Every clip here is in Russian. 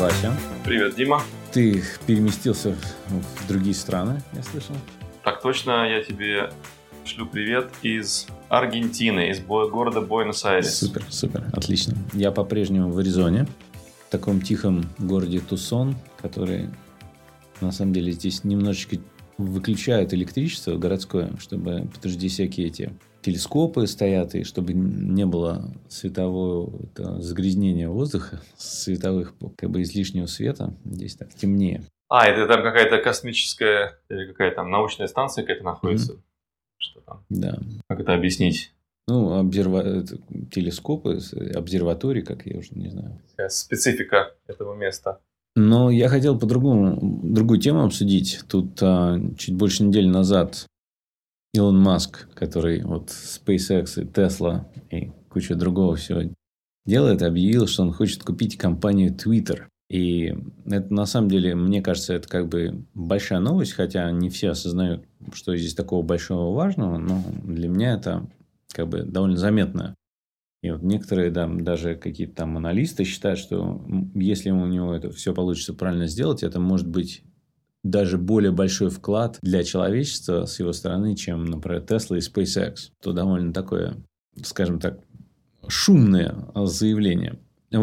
Вася. Привет, Дима. Ты переместился в другие страны, я слышал. Так точно, я тебе шлю привет из Аргентины, из города Буэнос-Айрес. Супер, отлично. Я по-прежнему в Аризоне, в таком тихом городе Тусон, который, на самом деле, здесь немножечко выключают электричество городское, потому что здесь всякие эти телескопы стоят, и чтобы не было светового загрязнения воздуха, световых, излишнего света, здесь так темнее. Это там какая-то космическая или какая-то там научная станция какая-то находится? Mm-hmm. Что там? Да. Как это объяснить? Телескопы, обсерватории, как я уже не знаю. Специфика этого места. Но я хотел другую тему обсудить. Тут чуть больше недели назад Илон Маск, который SpaceX и Tesla и куча другого всего делает, объявил, что он хочет купить компанию Twitter. И это, на самом деле, мне кажется, это большая новость, хотя не все осознают, что здесь такого большого важного, но для меня это довольно заметно. И некоторые, даже какие-то там аналисты считают, что если у него это все получится правильно сделать, это может быть даже более большой вклад для человечества с его стороны, чем, например, Tesla и SpaceX. То довольно такое, скажем так, шумное заявление.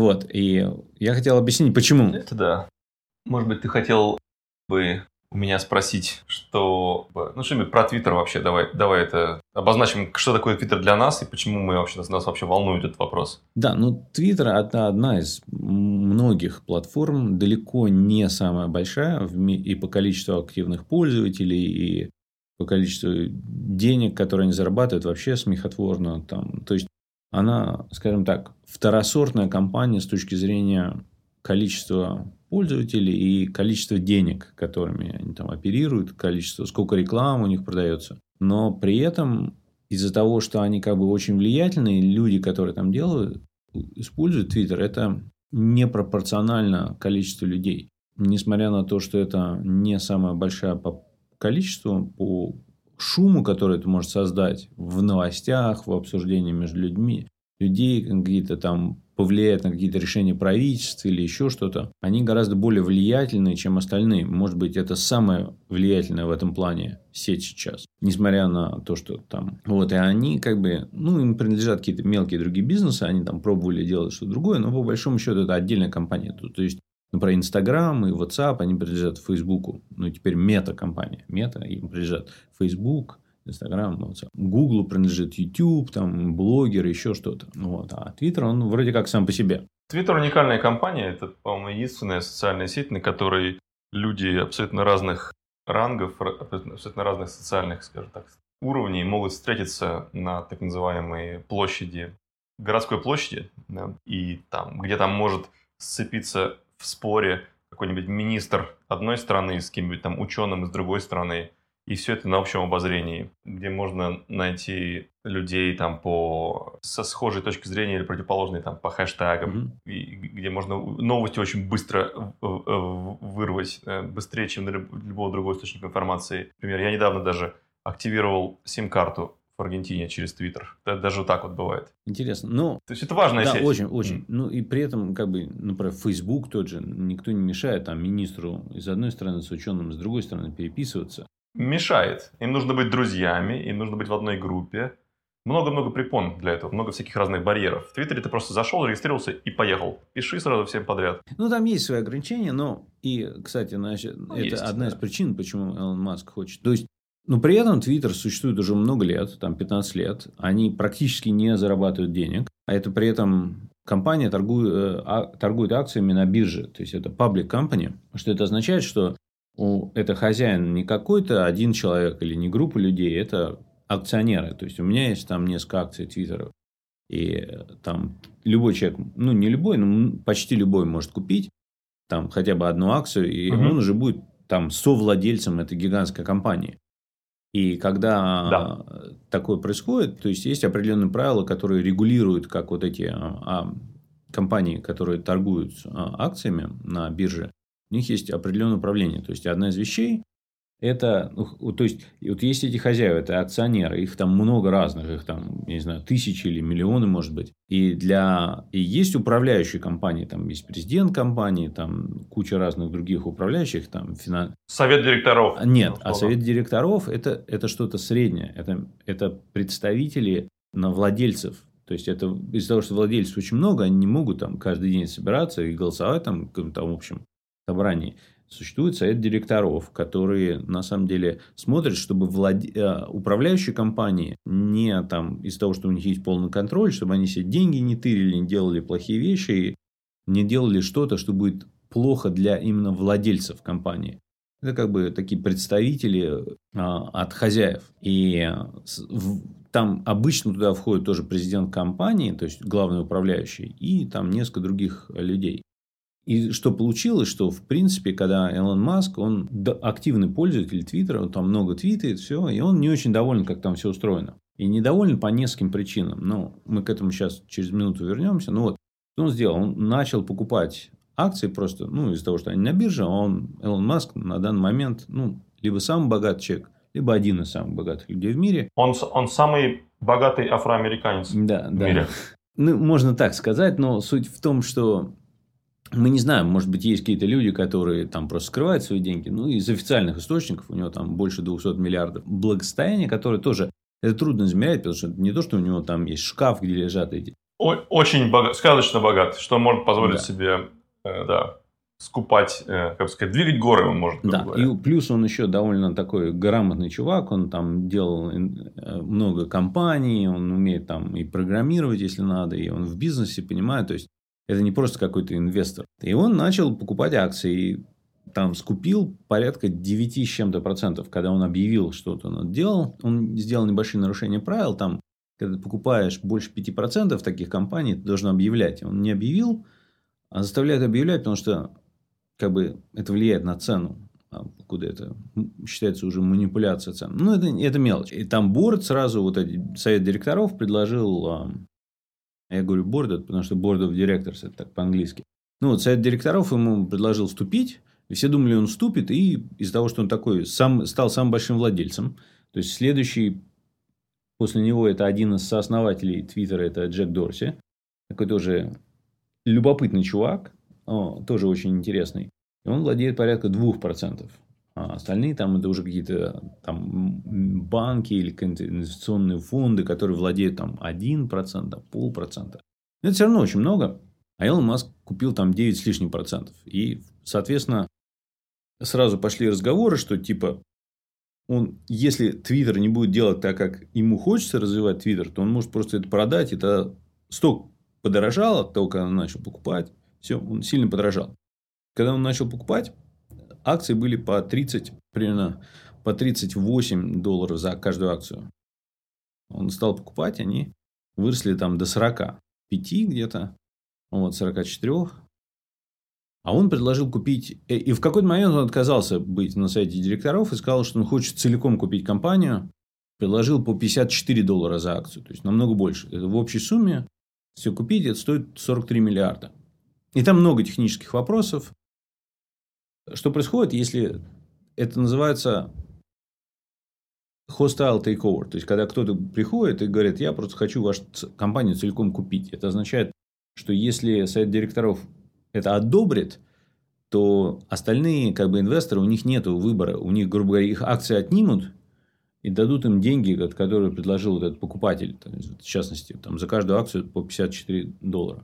И я хотел объяснить, почему. Это да. Может быть, ты хотел бы у меня спросить, что-нибудь про Twitter вообще. Давай это обозначим, что такое Twitter для нас и почему нас вообще волнует этот вопрос. Да, Twitter – это одна из многих платформ, далеко не самая большая и по количеству активных пользователей, и по количеству денег, которые они зарабатывают, вообще смехотворно. То есть, она, скажем так, второсортная компания с точки зрения количества пользователей и количества денег, которыми они там оперируют, сколько рекламы у них продается. Но при этом из-за того, что они очень влиятельные, люди, которые там используют Twitter, это непропорционально количеству людей. Несмотря на то, что это не самая большая по количеству, по шуму, который это может создать в новостях, в обсуждении между людей, какие-то там повлияет на какие-то решения правительства или еще что-то, они гораздо более влиятельные, чем остальные. Может быть, это самая влиятельная в этом плане сеть сейчас. Несмотря на то, что там... И они им принадлежат какие-то мелкие другие бизнесы, они там пробовали делать что-то другое, но по большому счету это отдельная компания. То есть, например, Instagram и WhatsApp, они принадлежат Фейсбуку. Теперь мета-компания. Мета им принадлежат Facebook, Instagram, WhatsApp. Google принадлежит YouTube, там, блогеры, еще что-то. А Twitter, он вроде как сам по себе. Twitter уникальная компания. Это, по-моему, единственная социальная сеть, на которой люди абсолютно разных рангов, абсолютно разных социальных, скажем так, уровней могут встретиться на так называемой площади, городской площади, да, и там, где там может сцепиться в споре какой-нибудь министр одной страны с каким-нибудь там ученым из другой страны. И все это на общем обозрении, где можно найти людей со схожей точки зрения или противоположной по хэштагам, и где можно новости очень быстро вырвать, быстрее, чем на любого другого источника информации. Например, я недавно даже активировал сим-карту в Аргентине через Twitter. Это даже так бывает. Интересно. То есть это важная сеть. Да, очень. И при этом, например, Facebook тот же, никто не мешает министру из одной страны с ученым с другой стороны переписываться. Мешает. Им нужно быть друзьями, им нужно быть в одной группе. Много-много препон для этого, много всяких разных барьеров. В Твиттере ты просто зашел, зарегистрировался и поехал. Пиши сразу всем подряд. Там есть свои ограничения, кстати, это одна из причин, почему Илон Маск хочет. То есть, при этом Твиттер существует уже много лет, 15 лет. Они практически не зарабатывают денег. А это при этом компания торгует акциями на бирже. То есть, это public company. Что это означает, что это хозяин не какой-то один человек или не группа людей, это акционеры. То есть, у меня есть там несколько акций Твиттера. И там любой человек, не любой, но почти любой может купить там хотя бы одну акцию, и он уже будет там совладельцем этой гигантской компании. И когда такое происходит, то есть определенные правила, которые регулируют, как эти компании, которые торгуют акциями на бирже, у них есть определенное управление. То есть, одна из вещей Это, то есть, вот есть эти хозяева, это акционеры, их там много разных, их там, я не знаю, тысячи или миллионы, может быть. И есть управляющие компании, там есть президент компании, там куча разных других управляющих, там Совет директоров. Нет, а совет директоров это что-то среднее, это представители на владельцев. То есть, это из-за того, что владельцев очень много, они не могут там каждый день собираться и голосовать там в каком-то общем собрании. Существует совет директоров, которые на самом деле смотрят, чтобы управляющие компании не там из-за того, что у них есть полный контроль, чтобы они себе деньги не тырили, не делали плохие вещи и не делали что-то, что будет плохо для именно владельцев компании. Это как бы такие представители от хозяев. И там обычно туда входит тоже президент компании, то есть главный управляющий, и там несколько других людей. И что получилось, что в принципе, когда Илон Маск, он активный пользователь Твиттера, он там много твитает, все, и он не очень доволен, как там все устроено. И недоволен по нескольким причинам. Но мы к этому сейчас через минуту вернемся. Ну вот, что он сделал? Он начал покупать акции просто, из-за того, что они на бирже, а Илон Маск на данный момент, либо самый богатый человек, либо один из самых богатых людей в мире. Он самый богатый афроамериканец в мире. Ну, можно так сказать, но суть в том, что мы не знаем, может быть, есть какие-то люди, которые там просто скрывают свои деньги. Из официальных источников у него там больше 200 миллиардов. Благосостояние, которое тоже, это трудно измерять, потому что это не то, что у него там есть шкаф, где лежат эти. Очень сказочно богат, что может позволить себе, скупать, двигать горы он может. Да, и плюс он еще довольно такой грамотный чувак, он там делал много компаний, он умеет там и программировать, если надо, и он в бизнесе понимает, то есть это не просто какой-то инвестор. И он начал покупать акции. И там скупил порядка 9 с чем-то %. Когда он объявил, что он делал, он сделал небольшие нарушения правил. Там, когда ты покупаешь больше 5% таких компаний, ты должен объявлять. Он не объявил, а заставляет объявлять, потому что это влияет на цену. Куда это считается уже манипуляция цен. Это мелочь. И там борд сразу, совет директоров предложил... Я говорю board, потому что board of directors, это так по-английски. Совет директоров ему предложил вступить. И все думали, он вступит. И из-за того, что он такой стал самым большим владельцем. То есть, следующий после него это один из сооснователей Твиттера, это Джек Дорси. Такой тоже любопытный чувак. Тоже очень интересный. И он владеет порядка 2%. А остальные там это уже какие-то там банки или инвестиционные фонды, которые владеют там 1%, 0,5%. Это все равно очень много. А Илон Маск купил там 9 с лишним %. И, соответственно, сразу пошли разговоры, что типа если Твиттер не будет делать так, как ему хочется развивать Твиттер, то он может просто это продать. И тогда сток подорожал от того, когда он начал покупать. Все, он сильно подорожал. Когда он начал покупать, акции были примерно по $38 за каждую акцию. Он стал покупать, они выросли там до 45 где-то, 44. А он предложил купить... И в какой-то момент он отказался быть на сайте директоров и сказал, что он хочет целиком купить компанию. Предложил по $54 за акцию. То есть, намного больше. Это в общей сумме, все купить, это стоит 43 миллиарда. И там много технических вопросов. Что происходит, если это называется hostile takeover? То есть, когда кто-то приходит и говорит, я просто хочу вашу компанию целиком купить. Это означает, что если совет директоров это одобрит, то остальные инвесторы, у них нет выбора. У них, грубо говоря, их акции отнимут и дадут им деньги, которые предложил этот покупатель. В частности, за каждую акцию по $54.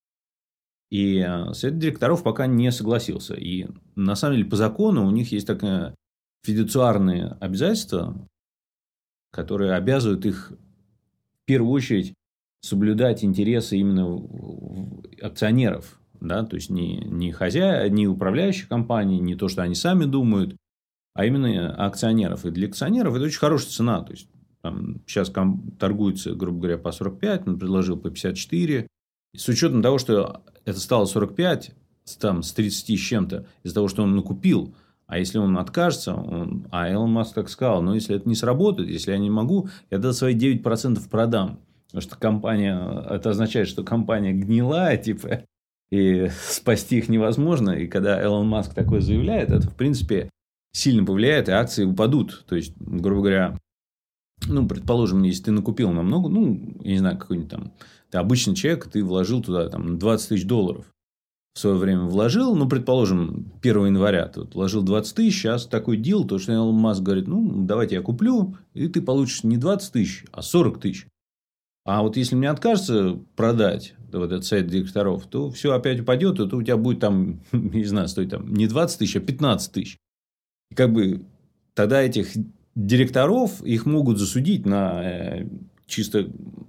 И совет директоров пока не согласился. И на самом деле по закону у них есть такое фидуциарные обязательства, которые обязывают их в первую очередь соблюдать интересы именно акционеров. Да? То есть не хозяев, не управляющих компаний, не то, что они сами думают, а именно акционеров. И для акционеров это очень хорошая цена. То есть сейчас торгуется, грубо говоря, по 45, он предложил по 54. И с учетом того, что это стало 45, с 30 с чем-то, из-за того, что он накупил. А если он откажется, а Илон Маск так сказал, если это не сработает, если я не могу, я до свои 9% продам. Потому что это означает, что компания гнилая, и спасти их невозможно. И когда Илон Маск такое заявляет, это, в принципе, сильно повлияет, и акции упадут. То есть, грубо говоря, ну, предположим, если ты накупил намного, ну, я не знаю, какой-нибудь там, ты обычный человек, ты вложил туда там 20 тысяч долларов. В свое время вложил, ну, предположим, 1 января ты вот вложил 20 тысяч, сейчас такой дил, то, что Илон Маск говорит, ну, давайте я куплю, и ты получишь не 20 тысяч, а 40 тысяч. А вот если мне откажется продать вот этот сайт директоров, то все опять упадет, и то у тебя будет там, не знаю, стоить там не 20 тысяч, а 15 тысяч. И как бы тогда этих директоров их могут засудить на чисто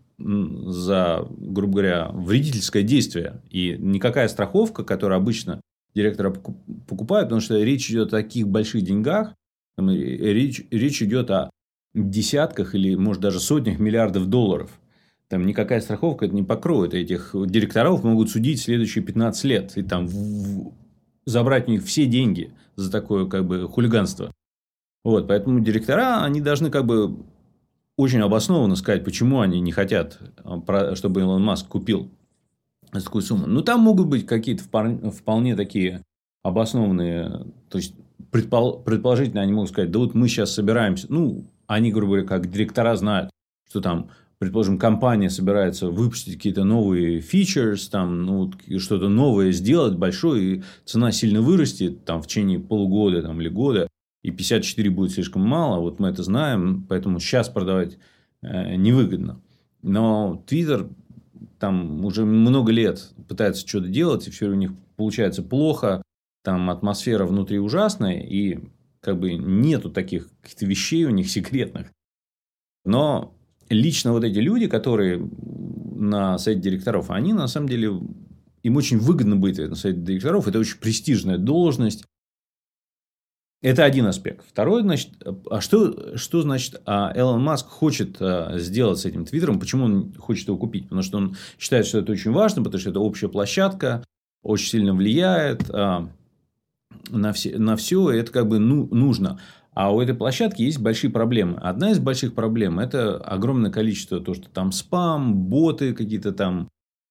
за, грубо говоря, вредительское действие. И никакая страховка, которую обычно директора покупают, потому что речь идет о таких больших деньгах, речь идет о десятках или, может, даже сотнях миллиардов долларов. Там никакая страховка это не покроет. Этих директоров могут судить в следующие 15 лет. И там забрать у них все деньги за такое как бы хулиганство. Вот, поэтому директора, они должны как бы очень обоснованно сказать, почему они не хотят, чтобы Илон Маск купил за такую сумму. Ну, там могут быть какие-то вполне такие обоснованные, то есть, предположительно, они могут сказать, да вот мы сейчас собираемся, ну, они, грубо говоря, как директора знают, что там, предположим, компания собирается выпустить какие-то новые фичерс, там, ну, что-то новое сделать большое, и цена сильно вырастет там, в течение полугода там, или года, и 54 будет слишком мало, вот мы это знаем, поэтому сейчас продавать невыгодно. Но Twitter там уже много лет пытается что-то делать, и все у них получается плохо, там атмосфера внутри ужасная, и как бы нету таких каких-то вещей у них секретных. Но лично вот эти люди, которые на сайте директоров, они на самом деле, им очень выгодно быть на сайте директоров, это очень престижная должность. Это один аспект. Второй, значит, а что значит Элон Маск хочет сделать с этим Твиттером? Почему он хочет его купить? Потому что он считает, что это очень важно, потому что это общая площадка, очень сильно влияет на все, и это как бы нужно. А у этой площадки есть большие проблемы. Одна из больших проблем – это огромное количество, то, что там спам, боты какие-то там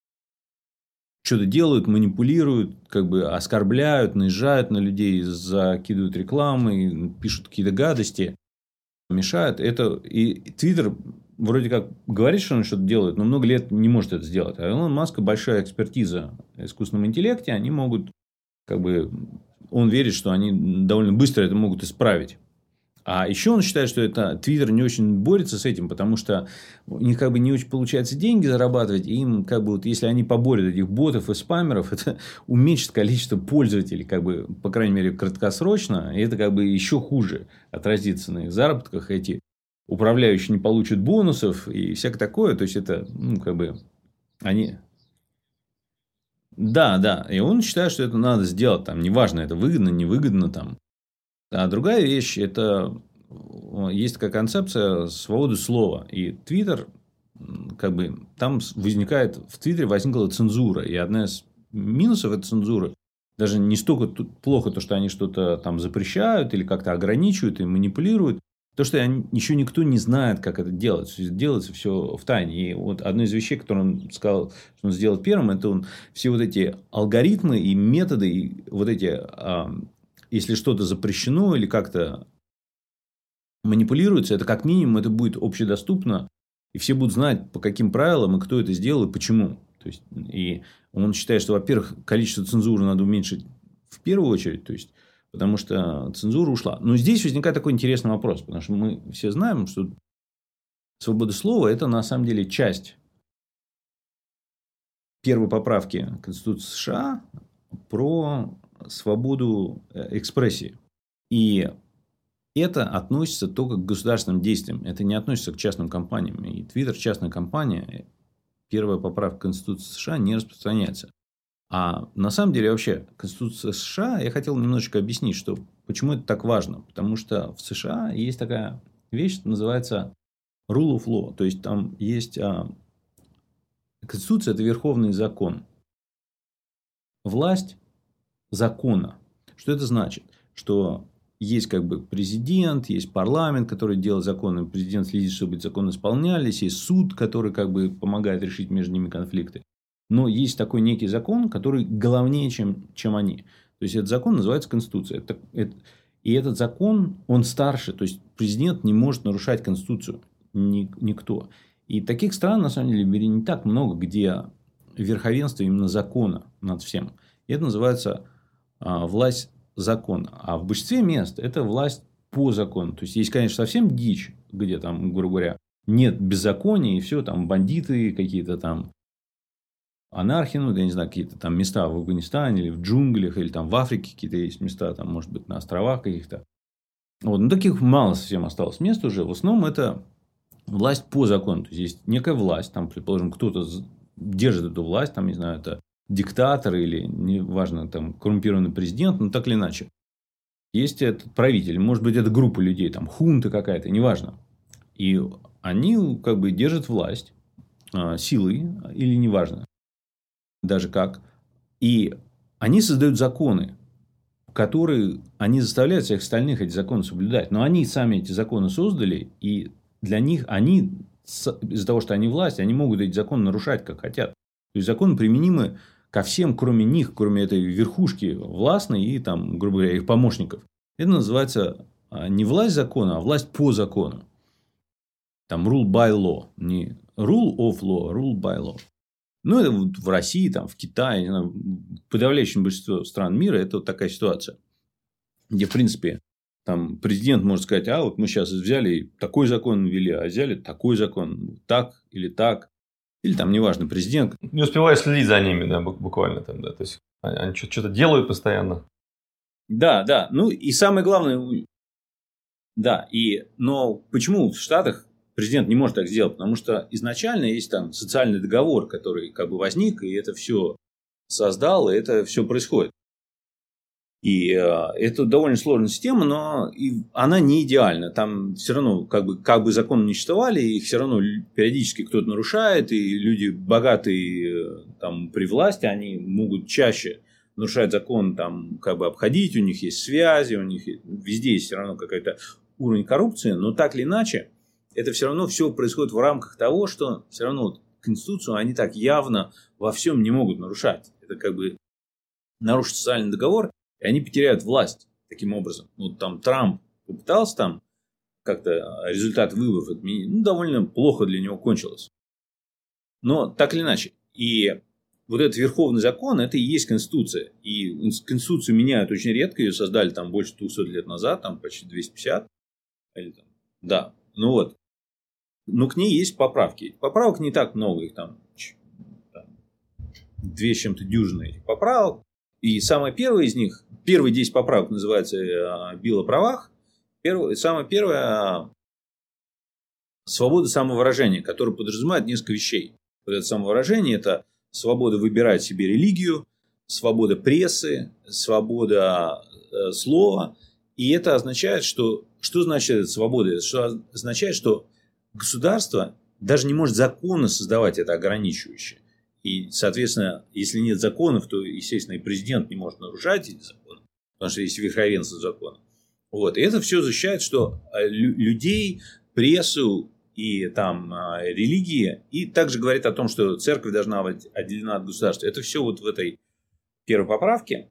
что-то делают, манипулируют, как бы оскорбляют, наезжают на людей, закидывают рекламы, пишут какие-то гадости, мешают. И Твиттер вроде как говорит, что он что-то делает, но много лет не может это сделать. А Илон Маска большая экспертиза в искусственном интеллекте, они могут, как бы, он верит, что они довольно быстро это могут исправить. А еще он считает, что это Твиттер не очень борется с этим, потому что у них как бы не очень получается деньги зарабатывать. И им как бы вот если они поборют этих ботов и спамеров, это уменьшит количество пользователей, как бы, по крайней мере, краткосрочно. И это как бы еще хуже отразится на их заработках. Эти управляющие не получат бонусов и всякое такое. То есть это, ну, как бы они. Да. И он считает, что это надо сделать. Там неважно, это выгодно, невыгодно там. А другая вещь – это есть такая концепция свободы слова. И Твиттер, как бы, там возникает, в Твиттере возникла цензура. И одна из минусов этой цензуры, даже не столько плохо то, что они что-то там запрещают или как-то ограничивают и манипулируют, то, что еще никто не знает, как это делать. Делается все в тайне. И вот одна из вещей, которую он сказал, что он сделал первым, это он все вот эти алгоритмы и методы, и вот эти... Если что-то запрещено или как-то манипулируется, это как минимум это будет общедоступно, и все будут знать, по каким правилам и кто это сделал и почему. То есть, и он считает, что, во-первых, количество цензуры надо уменьшить в первую очередь, то есть, потому что цензура ушла. Но здесь возникает такой интересный вопрос, потому что мы все знаем, что свобода слова – это на самом деле часть первой поправки Конституции США про свободу экспрессии. И это относится только к государственным действиям. Это не относится к частным компаниям. И Twitter – частная компания. Первая поправка Конституции США не распространяется. А на самом деле вообще Конституция США, я хотел немножечко объяснить, что, почему это так важно. Потому что в США есть такая вещь, что называется rule of law. То есть, там есть... Конституция – это верховный закон. Власть закона. Что это значит? Что есть как бы президент, есть парламент, который делает законы, президент следит, чтобы эти законы исполнялись, есть суд, который как бы помогает решить между ними конфликты. Но есть такой некий закон, который главнее, чем они. То есть, этот закон называется Конституция. И этот закон, он старше. То есть, президент не может нарушать Конституцию. Никто. И таких стран, на самом деле, в мире не так много, где верховенство именно закона над всем. И это называется власть закона. А в большинстве мест это власть по закону. То есть, есть, конечно, совсем дичь, где там, грубо говоря, нет беззакония, и все, там бандиты какие-то там, анархия, ну, я не знаю, какие-то там места в Афганистане или в джунглях, или там в Африке какие-то есть места, там, может быть, на островах каких-то. Вот. Но таких мало совсем осталось мест уже. В основном это власть по закону. То есть, есть некая власть, там, предположим, кто-то держит эту власть, там, не знаю, это диктатор или, неважно, там, коррумпированный президент, но так или иначе. Есть этот правитель, может быть, это группа людей, там, хунта какая-то, неважно. И они как бы держат власть силой или неважно, даже как. И они создают законы, которые они заставляют всех остальных эти законы соблюдать. Но они сами эти законы создали, и для них они, из-за того, что они власть, они могут эти законы нарушать, как хотят. То есть, законы применимы ко всем, кроме них, кроме этой верхушки властной и, там, грубо говоря, их помощников. Это называется не власть закона, а власть по закону. Там rule by law. Не rule of law, а rule by law. Ну, это вот в России, там, в Китае, не знаю, в подавляющем большинстве стран мира это вот такая ситуация. Где, в принципе, там президент может сказать, а вот мы сейчас взяли и такой закон ввели, а взяли такой закон, так или так. Или там, неважно, президент. Не успеваю следить за ними, да, буквально там, да. То есть, они что-то делают постоянно. Да, да. Ну, и самое главное, да, но почему в Штатах президент не может так сделать? Потому что изначально есть там социальный договор, который как бы возник, и это все создал, и это все происходит. И это довольно сложная система, но она не идеальна. Там все равно, как бы законы не существовали, их все равно периодически кто-то нарушает, и люди богатые там, при власти, они могут чаще нарушать закон, там, как бы обходить, у них есть связи, у них везде есть все равно какой-то уровень коррупции, но так или иначе, это все равно все происходит в рамках того, что все равно вот Конституцию они так явно во всем не могут нарушать. Это как бы нарушить социальный договор, и они потеряют власть таким образом. Вот там Трамп попытался там как-то результат выборов отменить, ну, довольно плохо для него кончилось. Но так или иначе. И вот этот верховный закон, это и есть Конституция. И Конституцию меняют очень редко, ее создали там больше 200 лет назад, там почти 250. Или, там, да, ну вот. Но к ней есть поправки. Поправок не так много, их там 2 с чем-то дюжины этих поправок. И самая первая из них, первые 10 поправок называется Билл о правах. Самая первая свобода самовыражения, которая подразумевает несколько вещей. Вот это самовыражение – это свобода выбирать себе религию, свобода прессы, свобода слова. И это означает, что значит эта свобода? Это означает, что государство даже не может законы создавать это ограничивающее. И, соответственно, если нет законов, то, естественно, и президент не может нарушать эти законы, потому что есть верховенство закона. Вот. И это все защищает, что людей, прессу и там религии, и также говорит о том, что церковь должна быть отделена от государства. Это все вот в этой первой поправке.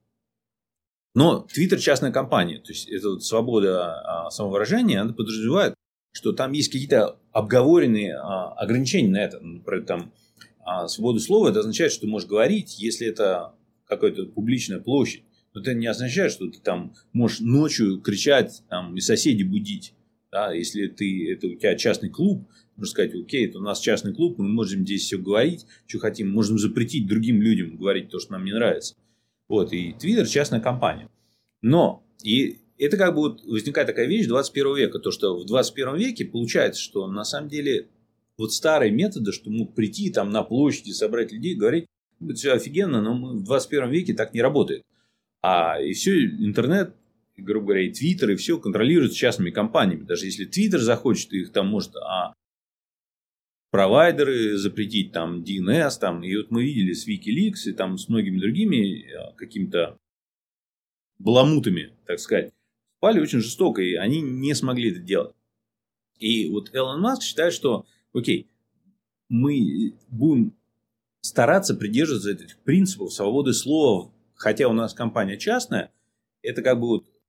Но Твиттер частная компания, то есть это вот свобода самовыражения, она подразумевает, что там есть какие-то обговоренные ограничения на это. Например, там свобода слова, это означает, что ты можешь говорить, если это какая-то публичная площадь. Но это не означает, что ты там можешь ночью кричать там, и соседей будить. Да? Если это у тебя частный клуб, можно сказать, окей, это у нас частный клуб, мы можем здесь все говорить, что хотим, можем запретить другим людям говорить то, что нам не нравится. Вот, и Твиттер частная компания. Но и это как бы вот возникает такая вещь 21 века, то, что в 21 веке получается, что на самом деле вот старые методы, что мог прийти там на площади, собрать людей, говорить, это все офигенно, но мы в 21 веке так не работает. И все интернет, грубо говоря, и Твиттер, и все контролируется частными компаниями. Даже если Твиттер захочет, их там может провайдеры запретить, там DNS, там. И вот мы видели с WikiLeaks и там с многими другими какими-то баламутами, так сказать, спали очень жестоко, и они не смогли это делать. И вот Элон Маск считает, что окей, мы будем стараться придерживаться этих принципов свободы слова, хотя у нас компания частная, это как бы вот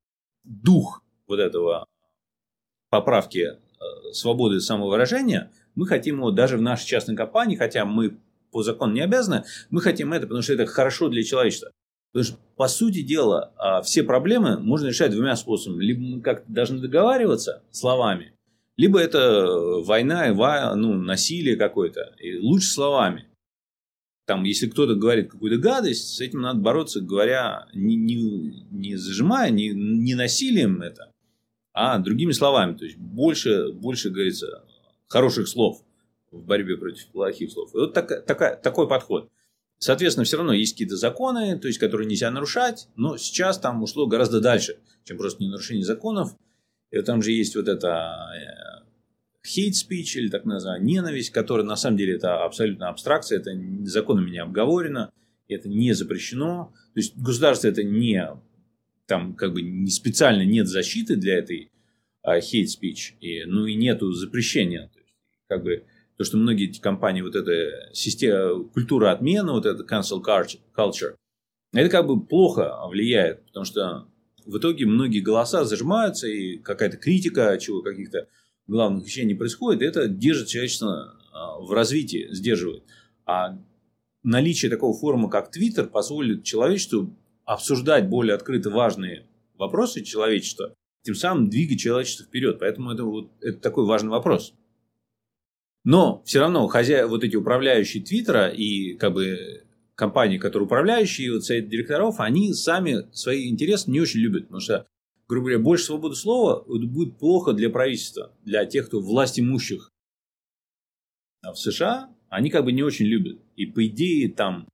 дух вот этого поправки свободы самовыражения, мы хотим его даже в нашей частной компании, хотя мы по закону не обязаны, мы хотим это, потому что это хорошо для человечества. Потому что, по сути дела, все проблемы можно решать двумя способами. Либо мы как-то должны договариваться словами, либо это война, насилие какое-то. И лучше словами. Там, если кто-то говорит какую-то гадость, с этим надо бороться, говоря, не зажимая, не насилием это, а другими словами. То есть, больше говорится, хороших слов в борьбе против плохих слов. И вот такой подход. Соответственно, все равно есть какие-то законы, то есть, которые нельзя нарушать, но сейчас там ушло гораздо дальше, чем просто не нарушение законов. И там же есть вот это hate speech, или так называемая ненависть, которая на самом деле это абсолютно абстракция, это законами не обговорено, это не запрещено. То есть, государство это не, там как бы не специально нет защиты для этой hate speech, и нету запрещения. То есть, как бы то, что многие эти компании, вот эта система, культура отмены, вот эта cancel culture, это как бы плохо влияет, потому что в итоге многие голоса зажимаются, и какая-то критика, чего каких-то главных вещей не происходит, и это держит человечество в развитии, сдерживает. А наличие такого форума, как Twitter, позволит человечеству обсуждать более открыто важные вопросы человечества, тем самым двигать человечество вперед. Поэтому это такой важный вопрос. Но все равно вот эти управляющие Твиттера и как бы компании, которые управляющие, вот совет директоров, они сами свои интересы не очень любят. Потому что, грубо говоря, больше свободы слова будет плохо для правительства, для тех, кто власть имущих. А в США они как бы не очень любят. И по идее там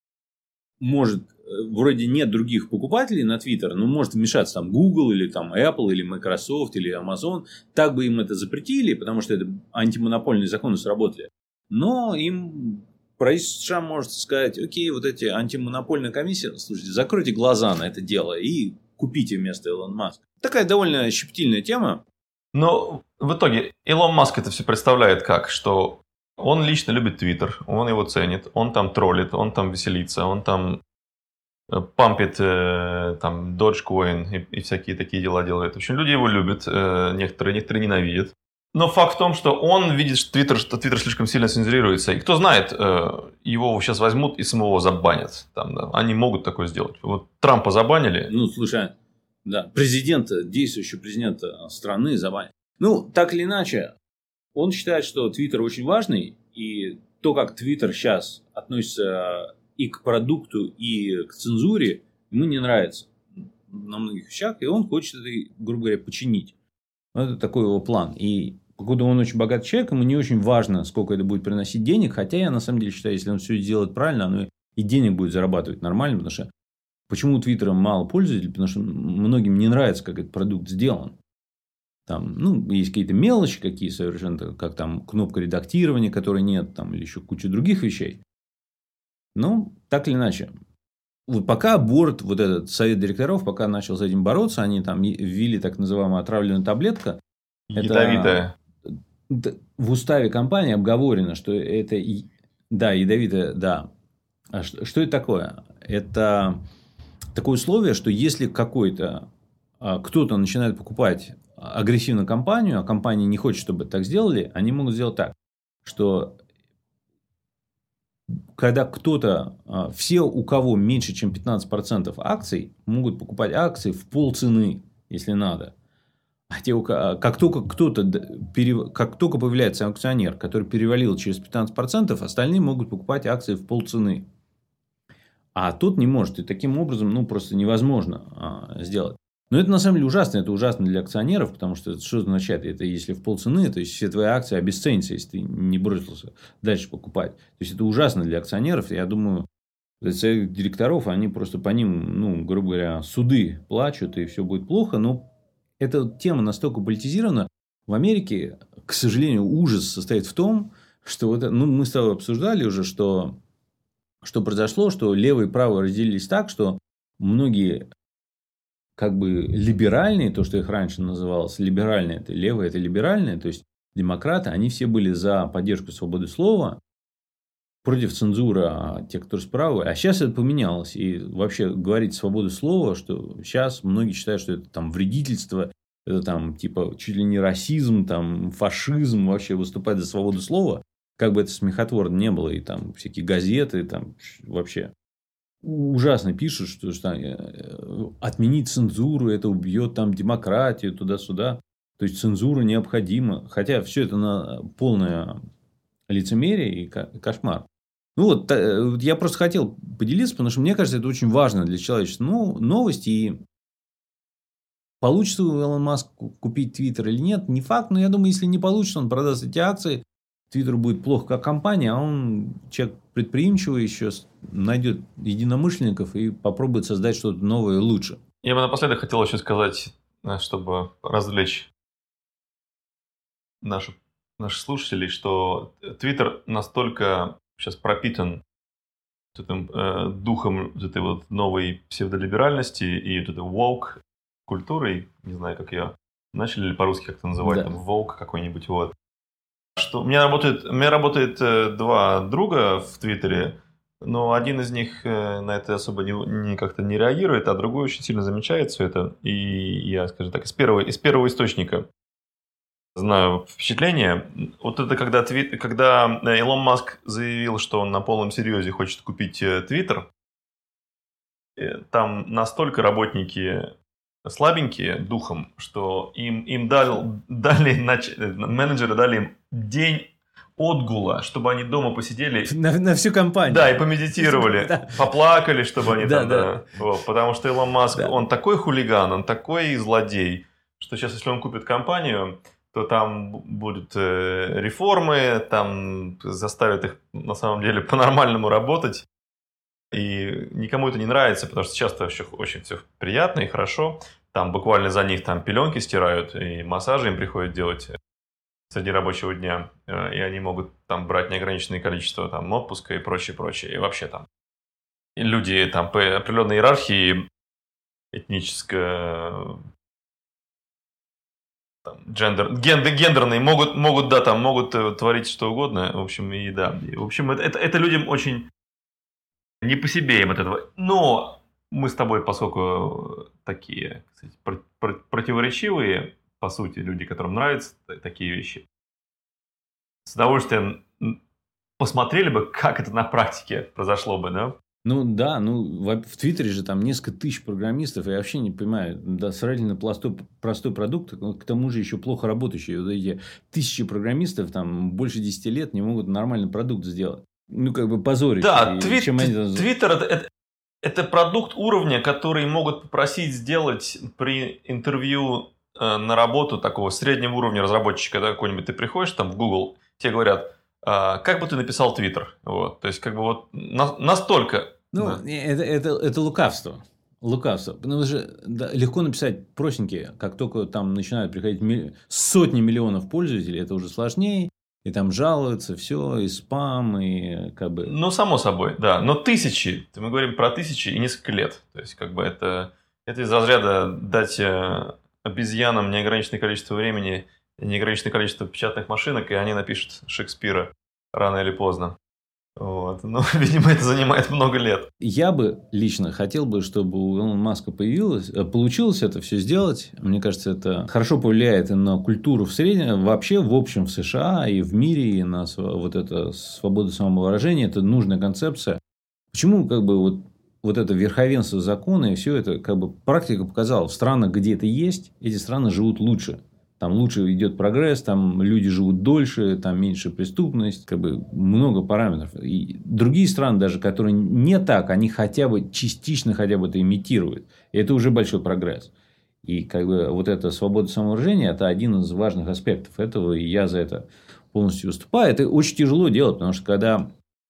вроде нет других покупателей на Twitter, но может вмешаться там Google или там Apple или Microsoft или Amazon. Так бы им это запретили, потому что это антимонопольные законы сработали. Но им правительство США может сказать: окей, вот эти антимонопольные комиссии, слушайте, закройте глаза на это дело и купите вместо Илона Маска. Такая довольно щепетильная тема. Но в итоге Илон Маск это все представляет как, что он лично любит Твиттер, он его ценит, он там троллит, он там веселится, он там пампит там Dogecoin и всякие такие дела делает. В общем, люди его любят, некоторые ненавидят. Но факт в том, что он видит, что Твиттер слишком сильно цензурируется. И кто знает, его сейчас возьмут и самого забанят. Там, да. Они могут такое сделать. Вот Трампа забанили. Слушай, да, действующего президента страны забанят. Так или иначе, он считает, что Твиттер очень важный. И то, как Твиттер сейчас относится и к продукту, и к цензуре, ему не нравится на многих вещах. И он хочет это, грубо говоря, починить. Это такой его план. И покуда он очень богатый человек, ему не очень важно, сколько это будет приносить денег. Хотя я на самом деле считаю, если он все сделает правильно, оно и денег будет зарабатывать нормально. Потому что почему у Твиттера мало пользователей? Потому что многим не нравится, как этот продукт сделан. Там, есть какие-то мелочи, какие совершенно, как там кнопка редактирования, которой нет, там, или еще куча других вещей. Так или иначе. Вот пока борт, вот этот совет директоров, пока начал с этим бороться, они там ввели так называемую отравленную таблетку. Ядовитая. В уставе компании обговорено, что это... Да, ядовитая, да. А что это такое? Это такое условие, что если кто-то начинает покупать агрессивную компанию, а компания не хочет, чтобы так сделали, они могут сделать так, что когда все, у кого меньше, чем 15% акций, могут покупать акции в полцены, если надо. А как только появляется акционер, который перевалил через 15%, остальные могут покупать акции в полцены. А тот не может. И таким образом просто невозможно сделать. Но это на самом деле ужасно. Это ужасно для акционеров, потому что что означает? Это если в полцены, то есть все твои акции обесценятся, если ты не бросился дальше покупать. То есть это ужасно для акционеров. Я думаю, совет директоров, они просто по ним, грубо говоря, суды плачут, и все будет плохо. Но эта тема настолько политизирована. В Америке, к сожалению, ужас состоит в том, что мы с тобой обсуждали уже, что произошло, что левые и правые разделились так, что многие как бы либеральные, то, что их раньше называлось либеральные, это левые, это либеральные, то есть демократы, они все были за поддержку свободы слова, против цензуры, а те, кто справа. А сейчас это поменялось. И вообще говорить свободу слова, что сейчас многие считают, что это там вредительство, это там типа чуть ли не расизм, там фашизм, вообще выступать за свободу слова. Как бы это смехотворно не было. И там всякие газеты, там вообще ужасно пишут, что отменить цензуру, это убьет там демократию, туда-сюда. То есть цензура необходима. Хотя все это на полное лицемерие и кошмар. Ну, вот я просто хотел поделиться, потому что мне кажется, это очень важно для человечества. Ну, новости. И получится у Илона Маска купить Твиттер или нет, не факт. Но я думаю, если не получится, он продаст эти акции. Твиттеру будет плохо как компания, а он человек предприимчивый еще, найдет единомышленников и попробует создать что-то новое и лучше. Я бы напоследок хотел еще сказать, чтобы развлечь наших слушателей, что Твиттер настолько сейчас пропитан этим духом этой вот новой псевдолиберальности и вот этой woke культурой, не знаю, как ее начали ли по-русски как-то называть, Да. там woke какой-нибудь, вот. Что у меня работает два друга в Твиттере, но один из них на это особо как-то не реагирует, а другой очень сильно замечает все это. И я, скажем так, из первого источника знаю впечатление. Вот это когда Илон Маск заявил, что он на полном серьезе хочет купить Твиттер, там настолько работники слабенькие духом, что менеджеры дали им день отгула, чтобы они дома посидели. На всю компанию. Да, и помедитировали, Да. поплакали, чтобы они там... Да. Вот, потому что Илон Маск, Да. он такой хулиган, он такой злодей, что сейчас, если он купит компанию, то там будут реформы, там заставят их на самом деле по-нормальному работать. И никому это не нравится, потому что часто очень все приятно и хорошо. Там буквально за них там пеленки стирают, и массажи им приходят делать среди рабочего дня. И они могут там брать неограниченное количество там отпуска и прочее. И вообще там люди там по определенной иерархии этнической, гендерные могут творить что угодно. В общем, и да. В общем, это людям очень не по себе им от этого. Но мы с тобой, поскольку такие, кстати, противоречивые, по сути, люди, которым нравятся такие вещи, с удовольствием посмотрели бы, как это на практике произошло бы, да? Ну да, в Твиттере же там несколько тысяч программистов, я вообще не понимаю, да, сравнительно простой продукт, к тому же еще плохо работающий. Вот эти тысячи программистов там больше 10 лет не могут нормальный продукт сделать. Ну, как бы позорище. Да, Твиттер это продукт уровня, который могут попросить сделать при интервью на работу такого среднего уровня разработчика, да, какой-нибудь ты приходишь там в Google, тебе говорят, как бы ты написал Твиттер, вот, то есть как бы вот настолько. Ну, да. это лукавство. Потому что легко написать простенькие, как только там начинают приходить сотни миллионов пользователей, это уже сложнее. И там жалуются, все, и спам, и как бы... Ну, само собой, да. Но тысячи, мы говорим про тысячи и несколько лет. То есть, как бы это из разряда дать обезьянам неограниченное количество времени, неограниченное количество печатных машинок, и они напишут Шекспира рано или поздно. Вот. Но, видимо, это занимает много лет. Я бы лично хотел бы, чтобы у Илона Маска получилось это все сделать. Мне кажется, это хорошо повлияет и на культуру в среднем, вообще в общем в США и в мире, и на вот это свободу самовыражения. Это нужная концепция. Почему как бы вот это верховенство закона и все это как бы практика показала, в странах, где это есть, эти страны живут лучше. Там лучше идет прогресс, там люди живут дольше, там меньше преступность, как бы много параметров. И другие страны, даже которые не так, они хотя бы частично хотя бы это имитируют. И это уже большой прогресс. И как бы вот эта свобода самовыражения, это один из важных аспектов этого, и я за это полностью выступаю. Это очень тяжело делать, потому что когда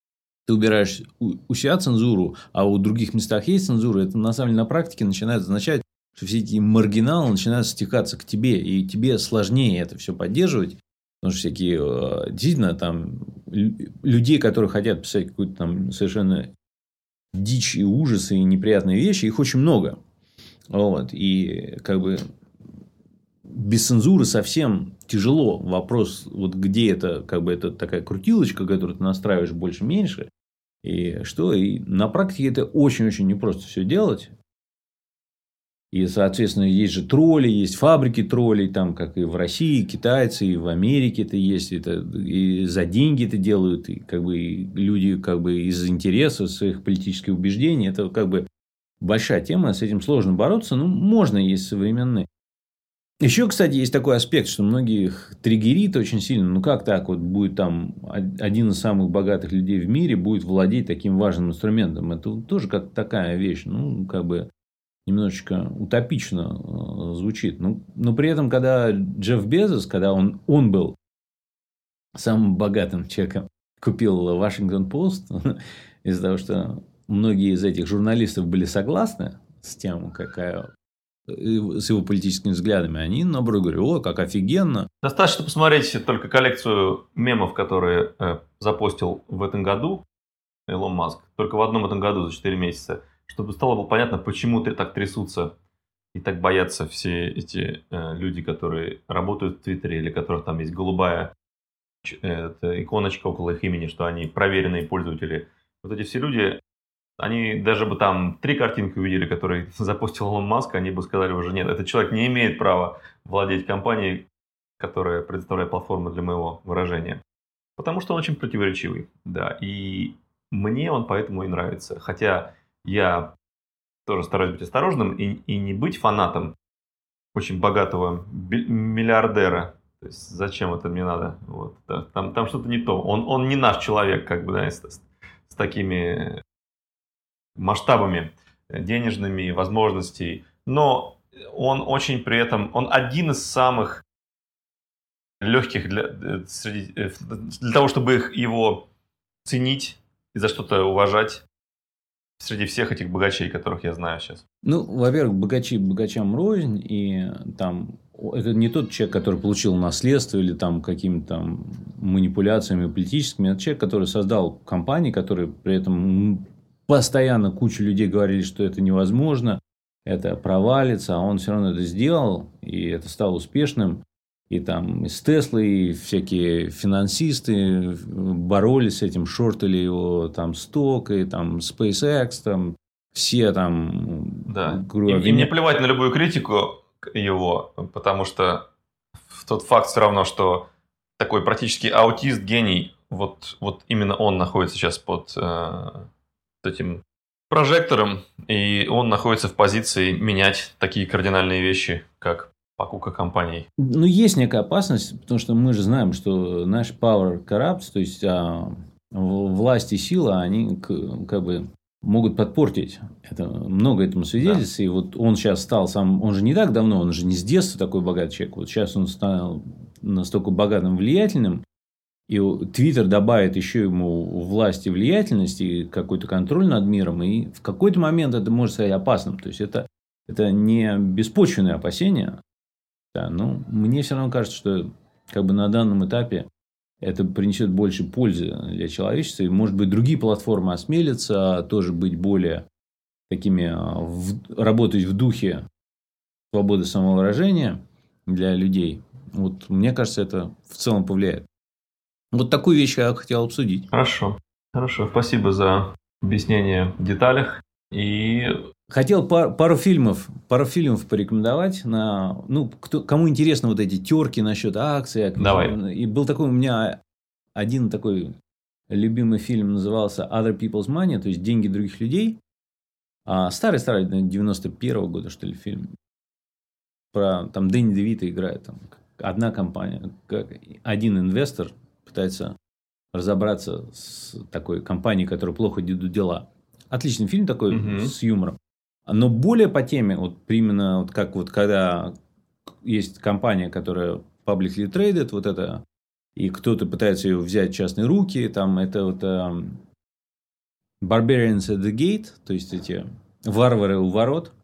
ты убираешь у себя цензуру, а у других местах есть цензура, это на самом деле на практике начинает означать, что все эти маргиналы начинают стекаться к тебе, и тебе сложнее это все поддерживать, потому что всякие действительно там людей, которые хотят писать какую-то там совершенно дичь и ужасы и неприятные вещи, их очень много. Вот. И как бы без цензуры совсем тяжело. Вопрос, вот где это, как бы, это такая крутилочка, которую ты настраиваешь больше-меньше. И что? И на практике это очень-очень непросто все делать. И, соответственно, есть же тролли, есть фабрики троллей, там, как и в России, китайцы, и в Америке это есть, это, и за деньги это делают, и, как бы, и люди, как бы, из интереса своих политических убеждений. Это, как бы, большая тема, с этим сложно бороться, но можно, есть современные. Еще, кстати, есть такой аспект, что многих триггерит очень сильно. Ну, как так вот будет там один из самых богатых людей в мире будет владеть таким важным инструментом? Это тоже как такая вещь, ну, как бы, немножечко утопично звучит. Но при этом, когда Джефф Безос, когда он был самым богатым человеком, купил Вашингтон-Пост, из-за того, что многие из этих журналистов были согласны с тем, с его политическими взглядами, они, наоборот, говорят: о, как офигенно. Достаточно посмотреть только коллекцию мемов, которые запостил в этом году Илон Маск. Только в одном этом году за 4 месяца. Чтобы стало бы понятно, почему так трясутся и так боятся все эти люди, которые работают в Твиттере, или которых там есть голубая иконочка около их имени, что они проверенные пользователи. Вот эти все люди, они даже бы там 3 картинки увидели, которые запостил Илон Маск, они бы сказали уже: нет, этот человек не имеет права владеть компанией, которая предоставляет платформу для моего выражения. Потому что он очень противоречивый. Да, и мне он поэтому и нравится. Хотя я тоже стараюсь быть осторожным и не быть фанатом очень богатого миллиардера. То есть зачем это мне надо? Вот. Там что-то не то. Он не наш человек, как бы, да, с такими масштабами денежными возможностей. Но он очень при этом, он один из самых легких для того, чтобы его ценить и за что-то уважать. Среди всех этих богачей, которых я знаю сейчас. Ну, во-первых, богачи богачам рознь. И там это не тот человек, который получил наследство или там какими-то там манипуляциями политическими. Это человек, который создал компании, которые при этом постоянно куча людей говорили, что это невозможно, это провалится, а он все равно это сделал, и это стало успешным. И там с Теслой и всякие финансисты боролись с этим, шортили его там сток, и там SpaceX, там все там... Да. И мне плевать на любую критику его, потому что тот факт все равно, что такой практически аутист, гений, вот именно он находится сейчас под этим прожектором, и он находится в позиции менять такие кардинальные вещи, как покупка компаний. Ну, есть некая опасность, потому что мы же знаем, что наш power corrupts, то есть власть и сила, они как бы могут подпортить. Это много этому свидетельств. Да. И вот он сейчас стал он же не так давно, он же не с детства такой богатый человек. Вот сейчас он стал настолько богатым, влиятельным, и Твиттер добавит еще ему власть и влиятельность, и какой-то контроль над миром, и в какой-то момент это может стать опасным. То есть это не беспочвенные опасения. Да, но мне все равно кажется, что как бы на данном этапе это принесет больше пользы для человечества. И, может быть, другие платформы осмелятся тоже быть более такими, работать в духе свободы самовыражения для людей. Вот мне кажется, это в целом повлияет. Вот такую вещь я хотел обсудить. Хорошо. Спасибо за объяснение в деталях. И... Хотел пару фильмов порекомендовать. Кому интересно вот эти терки насчет акций. Давай. И был такой у меня один такой любимый фильм, назывался Other People's Money, то есть «Деньги других людей». Старый, 91-го года, что ли, фильм. Там Дэнни Девито играет. Там, одна компания, один инвестор пытается разобраться с такой компанией, которая плохо идут дела. Отличный фильм такой, с юмором. Но более по теме, вот именно вот как вот когда есть компания, которая publicly traded, вот это, и кто-то пытается ее взять в частные руки, там это вот Barbarians at the Gate, то есть эти варвары у ворот.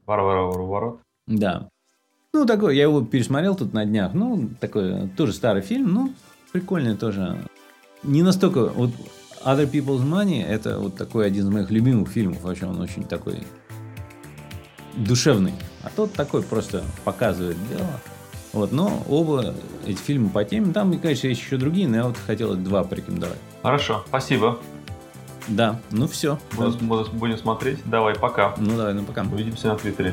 Да. Ну, такой, я его пересмотрел тут на днях. Ну, такой тоже старый фильм, ну, прикольный тоже. Не настолько... Вот Other People's Money – это вот такой один из моих любимых фильмов. Вообще он очень такой душевный. А тот такой просто показывает дело. Вот, но оба эти фильмы по теме. Там, конечно, есть еще другие, но я вот хотел 2 порекомендовать. Хорошо, спасибо. Да, ну все. Будем смотреть. Давай, пока. Ну давай, ну пока. Увидимся на Твиттере.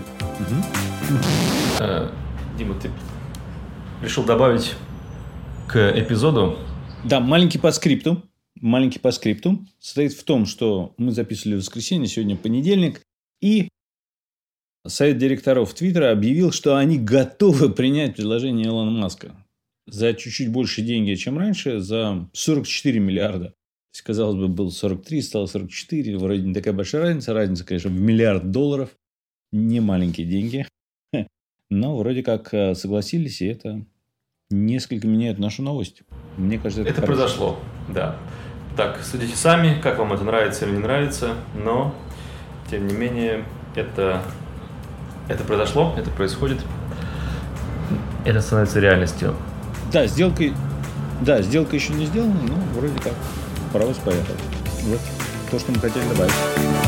Дима, ты решил добавить к эпизоду? Да, маленький по скрипту. Состоит в том, что мы записывали в воскресенье, сегодня понедельник, и совет директоров Твиттера объявил, что они готовы принять предложение Илона Маска за чуть-чуть больше деньги, чем раньше, за 44 миллиарда. То есть, казалось бы, было 43, стало 44. Вроде не такая большая разница. Разница, конечно, в $1 миллиард. Не маленькие деньги. Но вроде как согласились, и это несколько меняет нашу новость. Мне кажется, это произошло, да. Так, судите сами, как вам это нравится или не нравится, но, тем не менее, это произошло, это происходит, это становится реальностью. Да, сделка еще не сделана, но вроде как паровоз поехал. Вот то, что мы хотели добавить.